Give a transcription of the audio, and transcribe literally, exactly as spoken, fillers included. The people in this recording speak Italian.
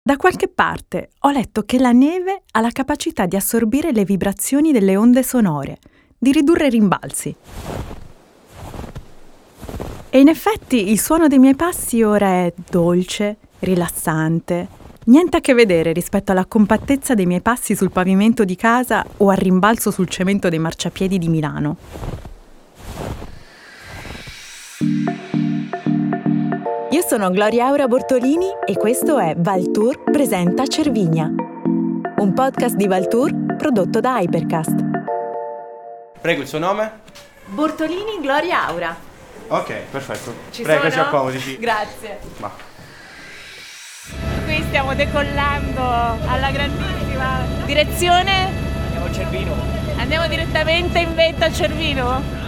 Da qualche parte ho letto che la neve ha la capacità di assorbire le vibrazioni delle onde sonore, di ridurre i rimbalzi. E in effetti il suono dei miei passi ora è dolce, rilassante, niente a che vedere rispetto alla compattezza dei miei passi sul pavimento di casa o al rimbalzo sul cemento dei marciapiedi di Milano. Io sono Gloria Aura Bortolini e questo è Valtour presenta Cervinia, un podcast di Valtour prodotto da Hypercast. Prego, il suo nome? Bortolini Gloria Aura. Ok, perfetto. Ci Prego, sono? si accomodi. Grazie. Ma. Qui stiamo decollando alla grandissima direzione. Andiamo a Cervino. Andiamo direttamente in vetta a Cervino?